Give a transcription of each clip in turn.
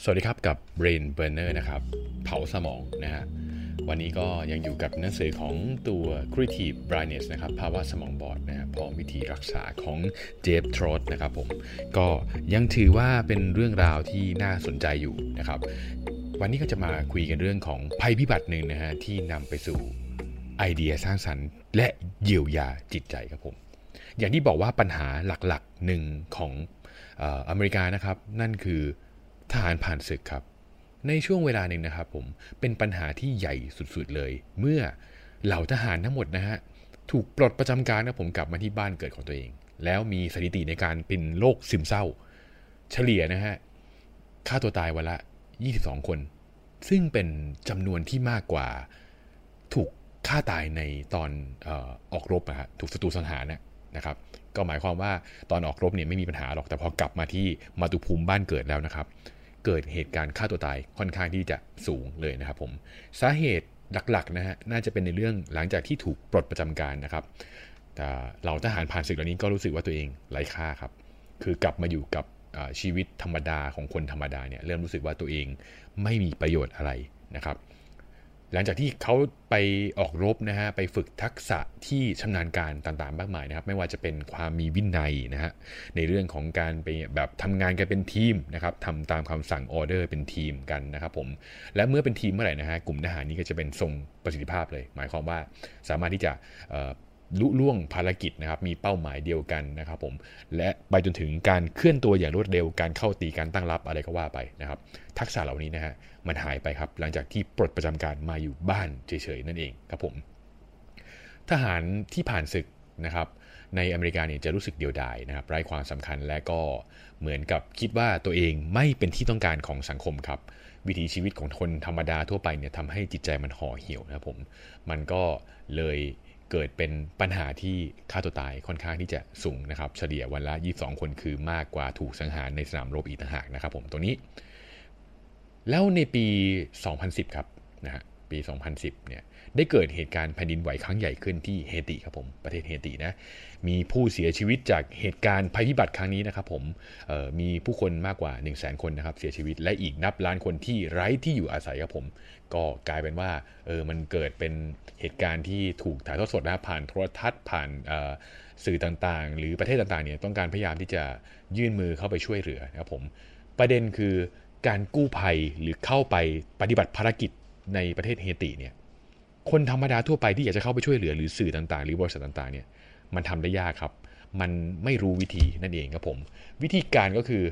สวัสดีครับกับ Brain Burner นะครับเผาสมองนะฮะวันนี้ก็ยังอยู่กับหนังสือของตัว Creative Blindness นะครับภาวะสมองบอดนะฮะพร้อมวิธีรักษาของเจฟทรอตนะครับผมก็ยังถือว่าเป็นเรื่องราวที่น่าสนใจอยู่นะครับวันนี้ก็จะมาคุยกันเรื่องของภัยพิบัติหนึ่งนะฮะที่นำไปสู่ไอเดียสร้างสรรค์และเยียวยาจิตใจครับผมอย่างที่บอกว่าปัญหาหลักๆหนึ่งของอเมริกานะครับนั่นคือทหารผ่านศึกครับในช่วงเวลาหนึ่งนะครับผมเป็นปัญหาที่ใหญ่สุดๆเลยเมื่อเหล่าทหารทั้งหมดนะฮะถูกปลดประจำการนะผมกลับมาที่บ้านเกิดของตัวเองแล้วมีสถิติในการเป็นโรคซึมเศร้าเฉลี่ยนะฮะฆ่าตัวตายวันละ22คนซึ่งเป็นจำนวนที่มากกว่าถูกฆ่าตายในตอนออกรบนะฮะถูกศัตรูสังหารนะครับก็หมายความว่าตอนออกรบเนี่ยไม่มีปัญหาหรอกแต่พอกลับมาที่มาตุภูมิบ้านเกิดแล้วนะครับเกิดเหตุการณ์ฆ่าตัวตายค่อนข้างที่จะสูงเลยนะครับผมสาเหตุหลักๆนะฮะน่าจะเป็นในเรื่องหลังจากที่ถูกปลดประจำการนะครับแต่เหล่าทหารผ่านศึกเหล่านี้ก็รู้สึกว่าตัวเองไร้ค่าครับคือกลับมาอยู่กับชีวิตธรรมดาของคนธรรมดาเนี่ยเริ่มรู้สึกว่าตัวเองไม่มีประโยชน์อะไรนะครับหลังจากที่เขาไปออกรบนะฮะไปฝึกทักษะที่ชำนาญการต่างๆมากมายนะครับไม่ว่าจะเป็นความมีวินัยนะฮะในเรื่องของการไปแบบทำงานกันเป็นทีมนะครับทำตามคำสั่งออเดอร์เป็นทีมกันนะครับผมและเมื่อเป็นทีมเมื่อไหร่นะฮะกลุ่มทหารนี้ก็จะเป็นทรงประสิทธิภาพเลยหมายความว่าสามารถที่จะลุล่วงภารกิจนะครับมีเป้าหมายเดียวกันนะครับผมและไปจนถึงการเคลื่อนตัวอย่างรวดเร็วการเข้าตีการตั้งรับอะไรก็ว่าไปนะครับทักษะเหล่านี้นะฮะมันหายไปครับหลังจากที่ปลดประจำการมาอยู่บ้านเฉยๆนั่นเองครับผมทหารที่ผ่านศึกนะครับในอเมริกาเนี่ยจะรู้สึกเดียวดายนะครับไร้ความสำคัญและก็เหมือนกับคิดว่าตัวเองไม่เป็นที่ต้องการของสังคมครับวิถีชีวิตของคนธรรมดาทั่วไปเนี่ยทำให้จิตใจมันห่อเหี่ยวนะครับผมมันก็เลยเกิดเป็นปัญหาที่ฆ่าตัวตายค่อนข้างที่จะสูงนะครับเฉลี่ยวันละ22คนคือมากกว่าถูกสังหารในสนามรบอีกต่างหากนะครับผมตัวนี้แล้วในปี 2010 ครับนะฮะปี 2010 เนี่ยได้เกิดเหตุการณ์แผ่นดินไหวครั้งใหญ่ขึ้นที่เฮติครับผมประเทศเฮตินะมีผู้เสียชีวิตจากเหตุการณ์ภัยพิบัติครั้งนี้นะครับผมมีผู้คนมากกว่า 100,000 คนนะครับเสียชีวิตและอีกนับล้านคนที่ไร้ที่อยู่อาศัยครับผมก็กลายเป็นว่ามันเกิดเป็นเหตุการณ์ที่ถูกถ่ายทอดสดนะผ่านโทรทัศน์ผ่านสื่อต่างๆหรือประเทศต่างๆเนี่ยต้องการพยายามที่จะยื่นมือเข้าไปช่วยเหลือนะครับผมประเด็นคือการกู้ภัยหรือเข้าไปปฏิบัติภารกิจในประเทศเฮติเนี่ยคนธรรมดาทั่วไปที่อยากจะเข้าไปช่วยเหลือหรือสื่อต่างๆหรือบริษัทต่างๆเนี่ยมันทำได้ยากครับมันไม่รู้วิธีนั่นเองครับผมวิธีการก็คือ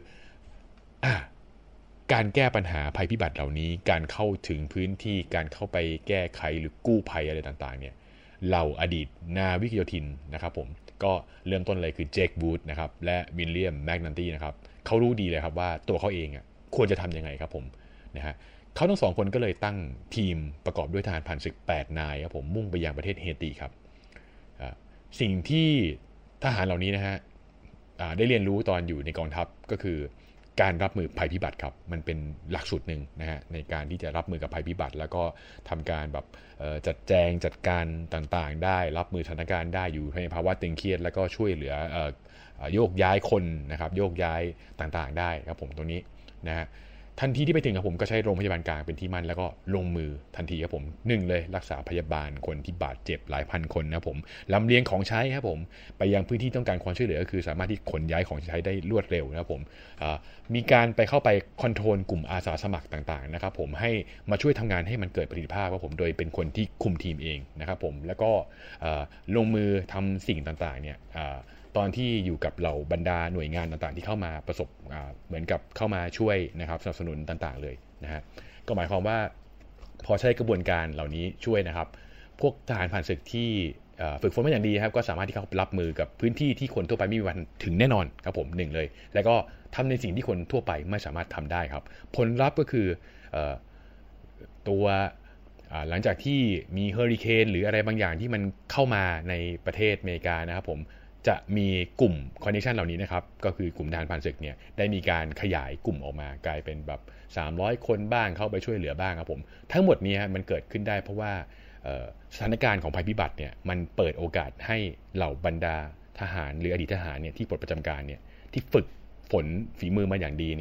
การแก้ปัญหาภัยพิบัติเหล่านี้การเข้าถึงพื้นที่การเข้าไปแก้ไขหรือกู้ภัยอะไรต่างๆเนี่ยเหล่าอดีตนาวิกโยธินนะครับผมก็เริ่มต้นเลยคือเจคบูธนะครับและวิลเลียมแมกนันตี้นะครับเขารู้ดีเลยครับว่าตัวเขาเองควรจะทำยังไงครับผมนะฮะเขาทั้งสองคนก็เลยตั้งทีมประกอบด้วยทหารผ่านศึก8นายครับผมมุ่งไปยังประเทศเฮติครับสิ่งที่ทหารเหล่านี้นะฮะได้เรียนรู้ตอนอยู่ในกองทัพก็คือการรับมือภัยพิบัติครับมันเป็นหลักสูตรหนึ่งนะฮะในการที่จะรับมือกับภัยพิบัติแล้วก็ทำการแบบจัดแจงจัดการต่างๆได้รับมือสถานการณ์ได้อยู่ในภาวะตึงเครียดแล้วก็ช่วยเหลือโยกย้ายคนนะครับโยกย้ายต่างๆได้ครับผมตรงนี้นะฮะทันทีที่ไปถึงครับผมก็ใช้โรงพยาบาลกลางเป็นที่มั่นแล้วก็ลงมือทันทีครับผม1เลยรักษาพยาบาลคนที่บาดเจ็บหลายพันคนนะครับผมลำเลียงของใช้ครับผมไปยังพื้นที่ต้องการความช่วยเหลือก็คือสามารถที่ขนย้ายของใช้ได้รวดเร็วนะครับผมมีการไปเข้าไปคอนโทรลกลุ่มอาสาสมัครต่างๆนะครับผมให้มาช่วยทำงานให้มันเกิดประสิทธิภาพครับผมโดยเป็นคนที่คุมทีมเองนะครับผมแล้วก็ลงมือทำสิ่งต่างๆเนี่ยตอนที่อยู่กับเหล่าบรรดาหน่วยงานต่างๆที่เข้ามาประสบเหมือนกับเข้ามาช่วยนะครับสนับสนุนต่างๆเลยนะฮะก็หมายความว่าพอใช้กระบวนการเหล่านี้ช่วยนะครับพวกทหารผ่านศึกที่ฝึกฝนมาอย่างดีครับก็สามารถที่เขารับมือกับพื้นที่ที่คนทั่วไปไม่มีวันถึงแน่นอนครับผม1เลยแล้วก็ทำในสิ่งที่คนทั่วไปไม่สามารถทำได้ครับผลลัพธ์ก็คือตัวหลังจากที่มีเฮอริเคนหรืออะไรบางอย่างที่มันเข้ามาในประเทศอเมริกานะครับผมจะมีกลุ่มคอนเนคชันเหล่านี้นะครับก็คือกลุ่มทหารผ่านศึกเนี่ยได้มีการขยายกลุ่มออกมากลายเป็นแบบ300คนบ้างเข้าไปช่วยเหลือบ้างครับผมทั้งหมดนี้มันเกิดขึ้นได้เพราะว่าสถานการณ์ของภัยพิบัติเนี่ยมันเปิดโอกาสให้เหล่าบรรดาทหารหรืออดีตทหารเนี่ยที่ปลดประจำการเนี่ยที่ฝึกฝนฝีมือมาอย่างดีเนี่ย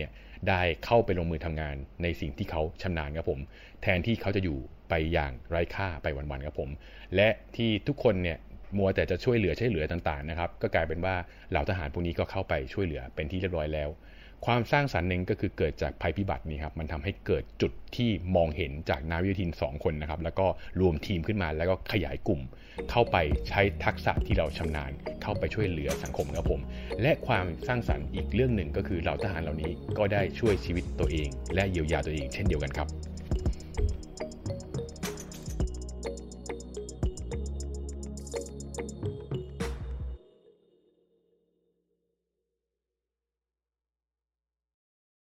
ได้เข้าไปลงมือทำงานในสิ่งที่เขาชำนาญครับผมแทนที่เขาจะอยู่ไปอย่างไร้ค่าไปวันๆครับผมและที่ทุกคนเนี่ยมัวแต่จะช่วยเหลือต่างๆนะครับก็กลายเป็นว่าเหล่าทหารพวกนี้ก็เข้าไปช่วยเหลือเป็นที่เรียบร้อยแล้วความสร้างสรรค์หนึ่งก็คือเกิดจากภัยพิบัตินี้ครับมันทำให้เกิดจุดที่มองเห็นจากนาวิกโยธิน2คนนะครับแล้วก็รวมทีมขึ้นมาแล้วก็ขยายกลุ่มเข้าไปใช้ทักษะที่เราชำนาญเข้าไปช่วยเหลือสังคมครับผมและความสร้างสรรค์อีกเรื่องหนึ่งก็คือเหล่าทหารเหล่านี้ก็ได้ช่วยชีวิตตัวเองและเยียวยาตัวเองเช่นเดียวกันครับ